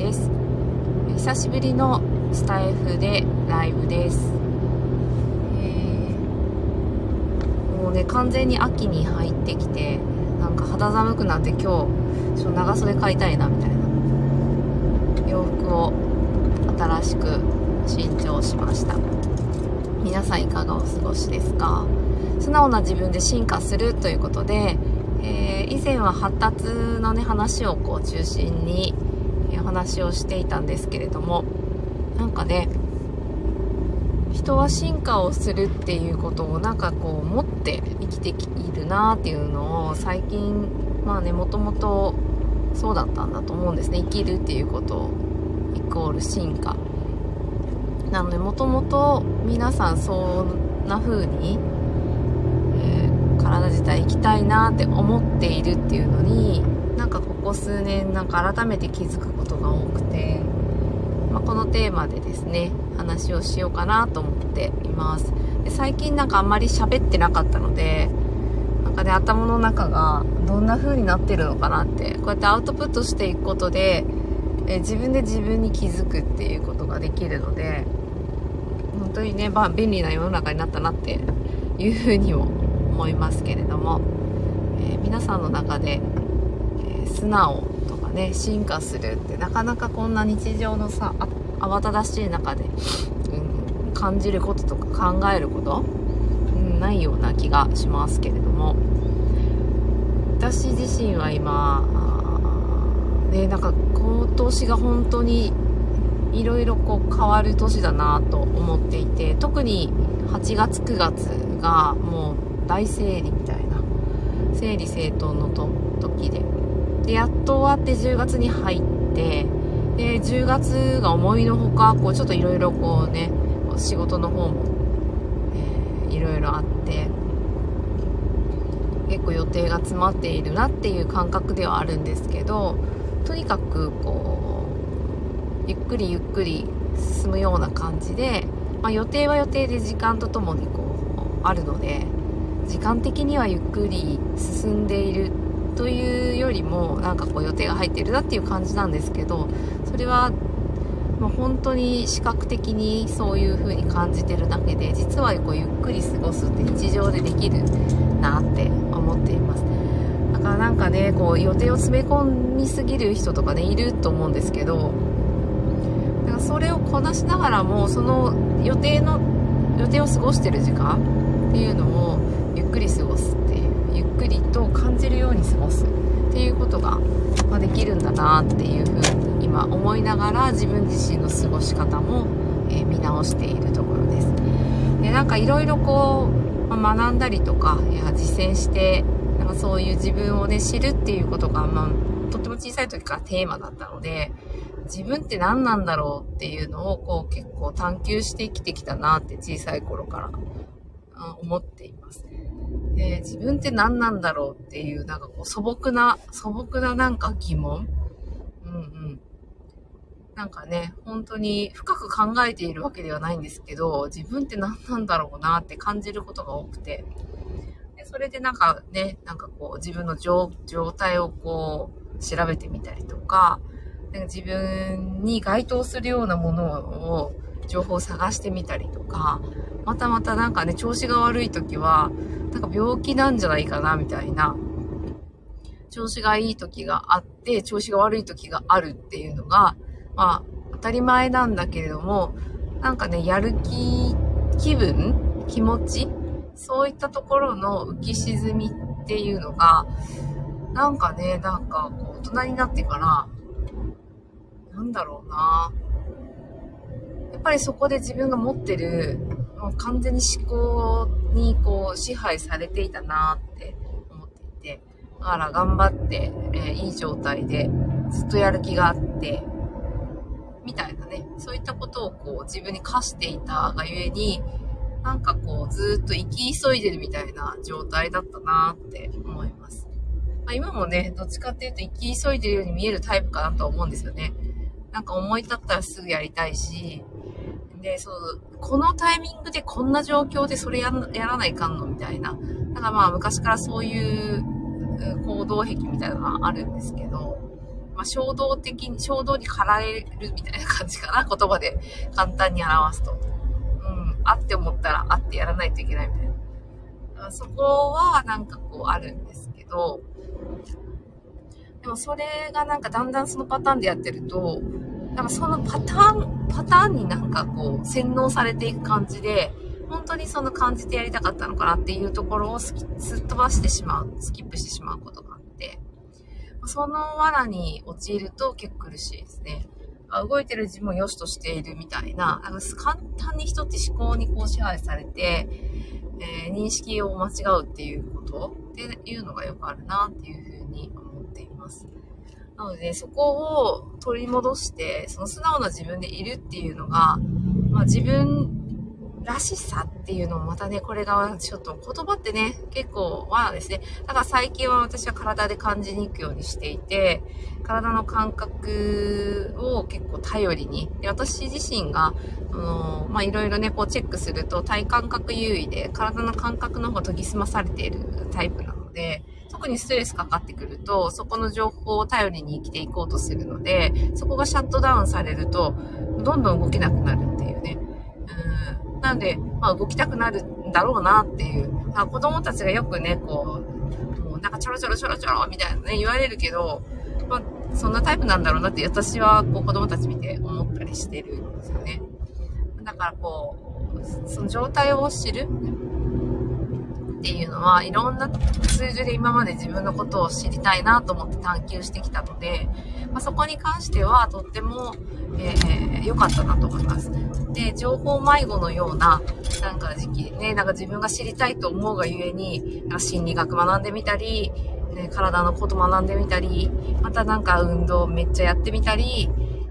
です。久しぶりのスタイフでライブです。もうね、完全に秋に入ってきて、なんか肌寒くなって今日ちょっと長袖買いたいなみたいな洋服を新しく新調しました。皆さんいかがお過ごしですか？素直な自分で進化するということで、以前は発達のね話を中心にお話をしていたんですけれども、なんかね、人は進化をするっていうことを持って生きているなっていうのを最近もともとそうだったんだと思うんですね。生きるっていうことイコール進化なので、もともと皆さんそんな風に、体自体生きたいなって思っているっていうのに、ここ数年改めて気づくことが多くて、このテーマでですね話をしようかなと思っています。で、最近あんまり喋ってなかったので、頭の中がどんな風になってるのかなって、こうやってアウトプットしていくことで、自分で自分に気づくっていうことができるので、本当にね、便利な世の中になったなっていう風にも思いますけれども、皆さんの中で、素直とかね、進化するってなかなかこんな日常の慌ただしい中で、感じることとか考えること、ないような気がしますけれども、私自身は今今年が本当にいろいろ変わる年だなと思っていて、特に8月9月がもう大整理みたいな、整理整頓の時でやっと終わって10月に入って、で10月が思いのほかちょっといろいろ仕事の方もいろいろあって、結構予定が詰まっているなっていう感覚ではあるんですけど、とにかくゆっくりゆっくり進むような感じで、予定は予定で時間とともにあるので、時間的にはゆっくり進んでいるというよりも予定が入っているなっていう感じなんですけど、それはもう本当に視覚的にそういう風に感じてるだけで、実はゆっくり過ごすって日常でできるなって思っています。だから予定を詰め込みすぎる人とかねいると思うんですけど、だからそれをこなしながらも、その予定を過ごしてる時間っていうのをゆっくり過ごすっていう、ゆっくりと感じるように過ごすっていうことが、できるんだなっていうふうに今思いながら、自分自身の過ごし方も、見直しているところです。で、いろいろ学んだりとか実践して、そういう自分をね知るっていうことが、とっても小さい時からテーマだったので、自分って何なんだろうっていうのを結構探求して生きてきたなって小さい頃から思っています。自分って何なんだろうっていう素朴な疑問、本当に深く考えているわけではないんですけど、自分って何なんだろうなって感じることが多くて、でそれで自分の状態を調べてみたりとか、自分に該当するようなものを情報を探してみたりとか、また調子が悪い時は病気なんじゃないかなみたいな、調子がいい時があって調子が悪い時があるっていうのが当たり前なんだけれども、やる気分、気持ち、そういったところの浮き沈みっていうのが大人になってからやっぱりそこで自分が持ってる完全に思考に支配されていたなって思っていて、だから頑張って、いい状態でずっとやる気があってみたいなね、そういったことを自分に課していたがゆえに、ずっと生き急いでるみたいな状態だったなって思います。今もね、どっちかっていうと生き急いでるように見えるタイプかなと思うんですよね。思い立ったらすぐやりたいし、で、このタイミングでこんな状況でそれやらないかんのみたいな。昔からそういう行動癖みたいなのがあるんですけど、 衝動に駆られるみたいな感じかな。言葉で簡単に表すと。あって思ったらあってやらないといけないみたいな。そこはなんかこうあるんですけど、でもそれがなんかだんだんそのパターンでやってると、なんかそのパターンになんかこう洗脳されていく感じで、本当にその感じてやりたかったのかなっていうところをすっ飛ばしてしまう、スキップしてしまうことがあって、その罠に陥ると結構苦しいですね。動いてる自分を良しとしているみたいな、なんか簡単に人って思考にこう支配されて、認識を間違うっていうことっていうのがよくあるなっていうふうに思っています。なので、そこを取り戻して、その素直な自分でいるっていうのが、自分らしさっていうのもまたね、これがちょっと言葉ってね、結構罠ですね。だから最近は私は体で感じに行くようにしていて、体の感覚を結構頼りに、で私自身が、いろいろね、こうチェックすると体感覚優位で、体の感覚の方が研ぎ澄まされているタイプなので、特にストレスかかってくると、そこの情報を頼りに生きていこうとするので、そこがシャットダウンされると、どんどん動けなくなるっていうね。なので、動きたくなるんだろうなっていう。子供たちがよくね、こう、もうなんかちょろちょろみたいなね、言われるけど、そんなタイプなんだろうなって私はこう子供たち見て思ったりしてるんですよね。だからこう、その状態を知るっていうのは、いろんなツールで今まで自分のことを知りたいなと思って探求してきたので、そこに関してはとっても良かったなと思います。で、情報迷子のような、なんか時期ね、なんか自分が知りたいと思うがゆえに、心理学学んでみたり、体のこと学んでみたり、またなんか運動めっちゃやってみたり、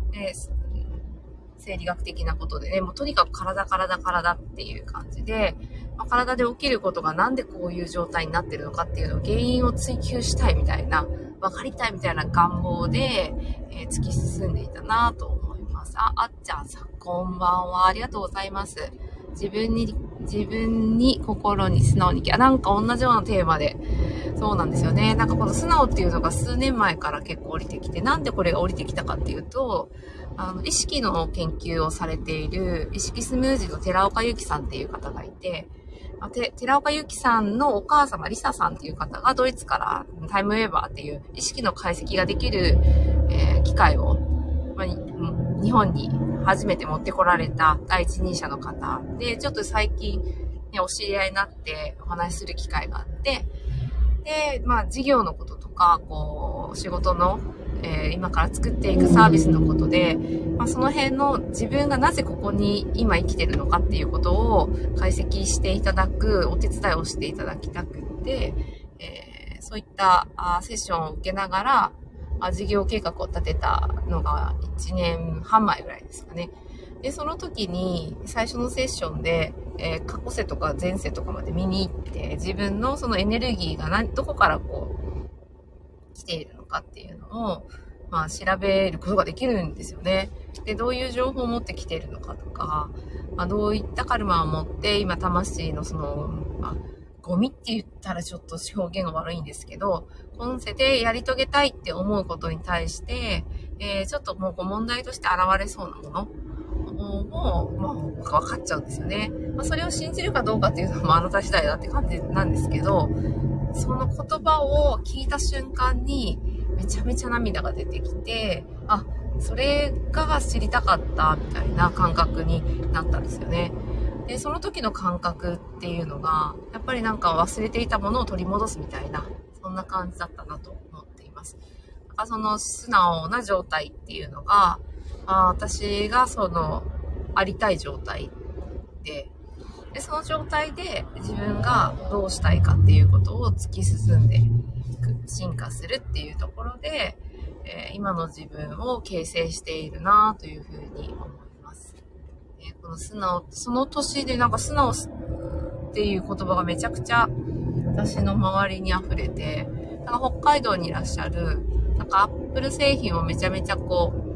生理学的なことでね、もうとにかく体っていう感じで、体で起きることがなんでこういう状態になってるのかっていうのを原因を追求したいみたいな、分かりたいみたいな願望で、突き進んでいたなと思います。あっちゃんさん、こんばんは。ありがとうございます。自分に心に素直になんか同じようなテーマで、そうなんですよね。なんかこの素直っていうのが数年前から結構降りてきて、なんでこれが降りてきたかっていうと、意識の研究をされている意識スムージーの寺岡由紀さんっていう方がいて、寺岡由紀さんのお母様、リサさんっていう方がドイツからタイムウェーバーっていう意識の解析ができる、機械を、日本に初めて持ってこられた第一人者の方で、ちょっと最近、ね、お知り合いになってお話しする機会があって、で、事業のこととか、こう、仕事の、今から作っていくサービスのことで、その辺の自分がなぜここに今生きてるのかっていうことを解析していただくお手伝いをしていただきたくって、そういったセッションを受けながら事業計画を立てたのが1年半前ぐらいですかね。で、その時に最初のセッションで、過去世とか前世とかまで見に行って、自分のそのエネルギーがどこからこう来ているのかっていうのを、調べることができるんですよね。で、どういう情報を持ってきているのかとか、どういったカルマを持って今魂のその、ゴミって言ったらちょっと表現が悪いんですけど、今世でやり遂げたいって思うことに対して、ちょっともう問題として現れそうなものも分かっちゃうんですよね。それを信じるかどうかっていうのもあなた次第だって感じなんですけど、その言葉を聞いた瞬間にめちゃめちゃ涙が出てきて、それが知りたかったみたいな感覚になったんですよね。で、その時の感覚っていうのが、やっぱりなんか忘れていたものを取り戻すみたいな、そんな感じだったなと思っています。だからその素直な状態っていうのが、私がそのありたい状態で、その状態で自分がどうしたいかっていうことを突き進んでいく、進化するっていうところで、今の自分を形成しているなというふうに思います。この素直、その年でなんか素直っていう言葉がめちゃくちゃ私の周りに溢れて、なんか北海道にいらっしゃる、なんかアップル製品をめちゃめちゃこう、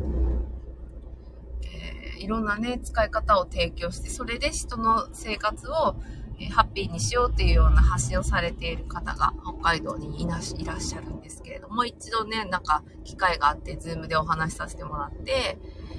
いろんなね、使い方を提供して、それで人の生活を、 ハッピーにしようっていうような発信をされている方が北海道にいらっしゃるんですけれども、一度ね、なんか機会があって、ズームでお話しさせてもらって、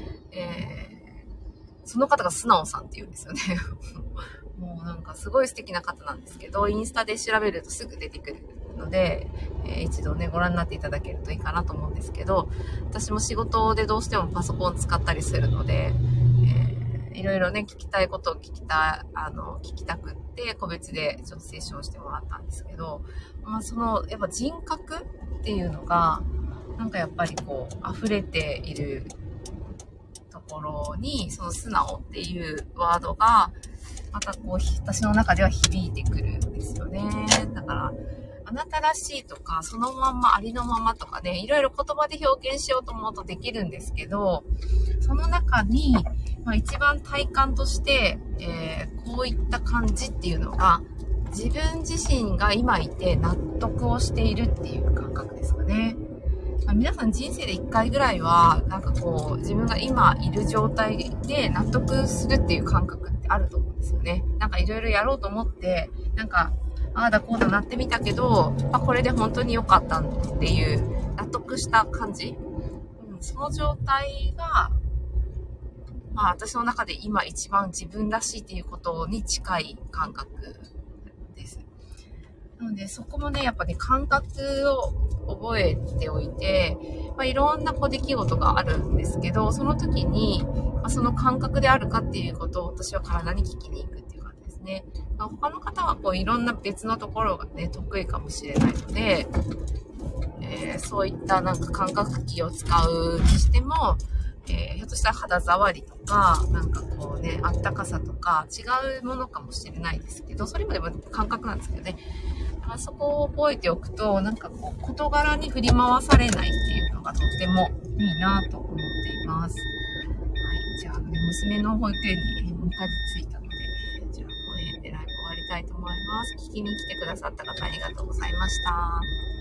その方が素直さんって言うんですよね。もうなんかすごい素敵な方なんですけど、インスタで調べるとすぐ出てくるので、一度ね、ご覧になっていただけるといいかなと思うんですけど、私も仕事でどうしてもパソコンを使ったりするので、いろいろね、聞きたいことを聞きたくって、個別でちょっとセッションしてもらったんですけど、やっぱ人格っていうのが、なんかやっぱりこう、溢れているところに、その素直っていうワードが、またこう、私の中では響いてくるんですよね。だから、あなたらしいとか、そのまんま、ありのままとかね、いろいろ言葉で表現しようと思うとできるんですけど、その中に、一番体感として、こういった感じっていうのが、自分自身が今いて納得をしているっていう感覚ですかね。皆さん人生で1回ぐらいは、なんかこう、自分が今いる状態で納得するっていう感覚ってあると思うんですよね。なんかいろいろやろうと思って、なんか、ああだこうだなってみたけど、これで本当に良かったっていう納得した感じ、その状態が、私の中で今一番自分らしいっていうことに近い感覚です。なのでそこもね、やっぱね、感覚を覚えておいて、いろんな出来事があるんですけど、その時に、その感覚であるかっていうことを私は体に聞きに行くっていう感じですね。他の方はいろんな別のところがね、得意かもしれないので、そういったなんか感覚器を使うにしても、ひょっとしたら肌触りとか、なんかこうね、あったかさとか違うものかもしれないですけど、それもでも感覚なんですけどね。そこを覚えておくと、なんかこう、事柄に振り回されないっていうのがとってもいいなと思っています。はい。じゃあね、娘の保育園に2ヶ月着いたので、じゃあこの辺でライブ終わりたいと思います。聞きに来てくださった方ありがとうございました。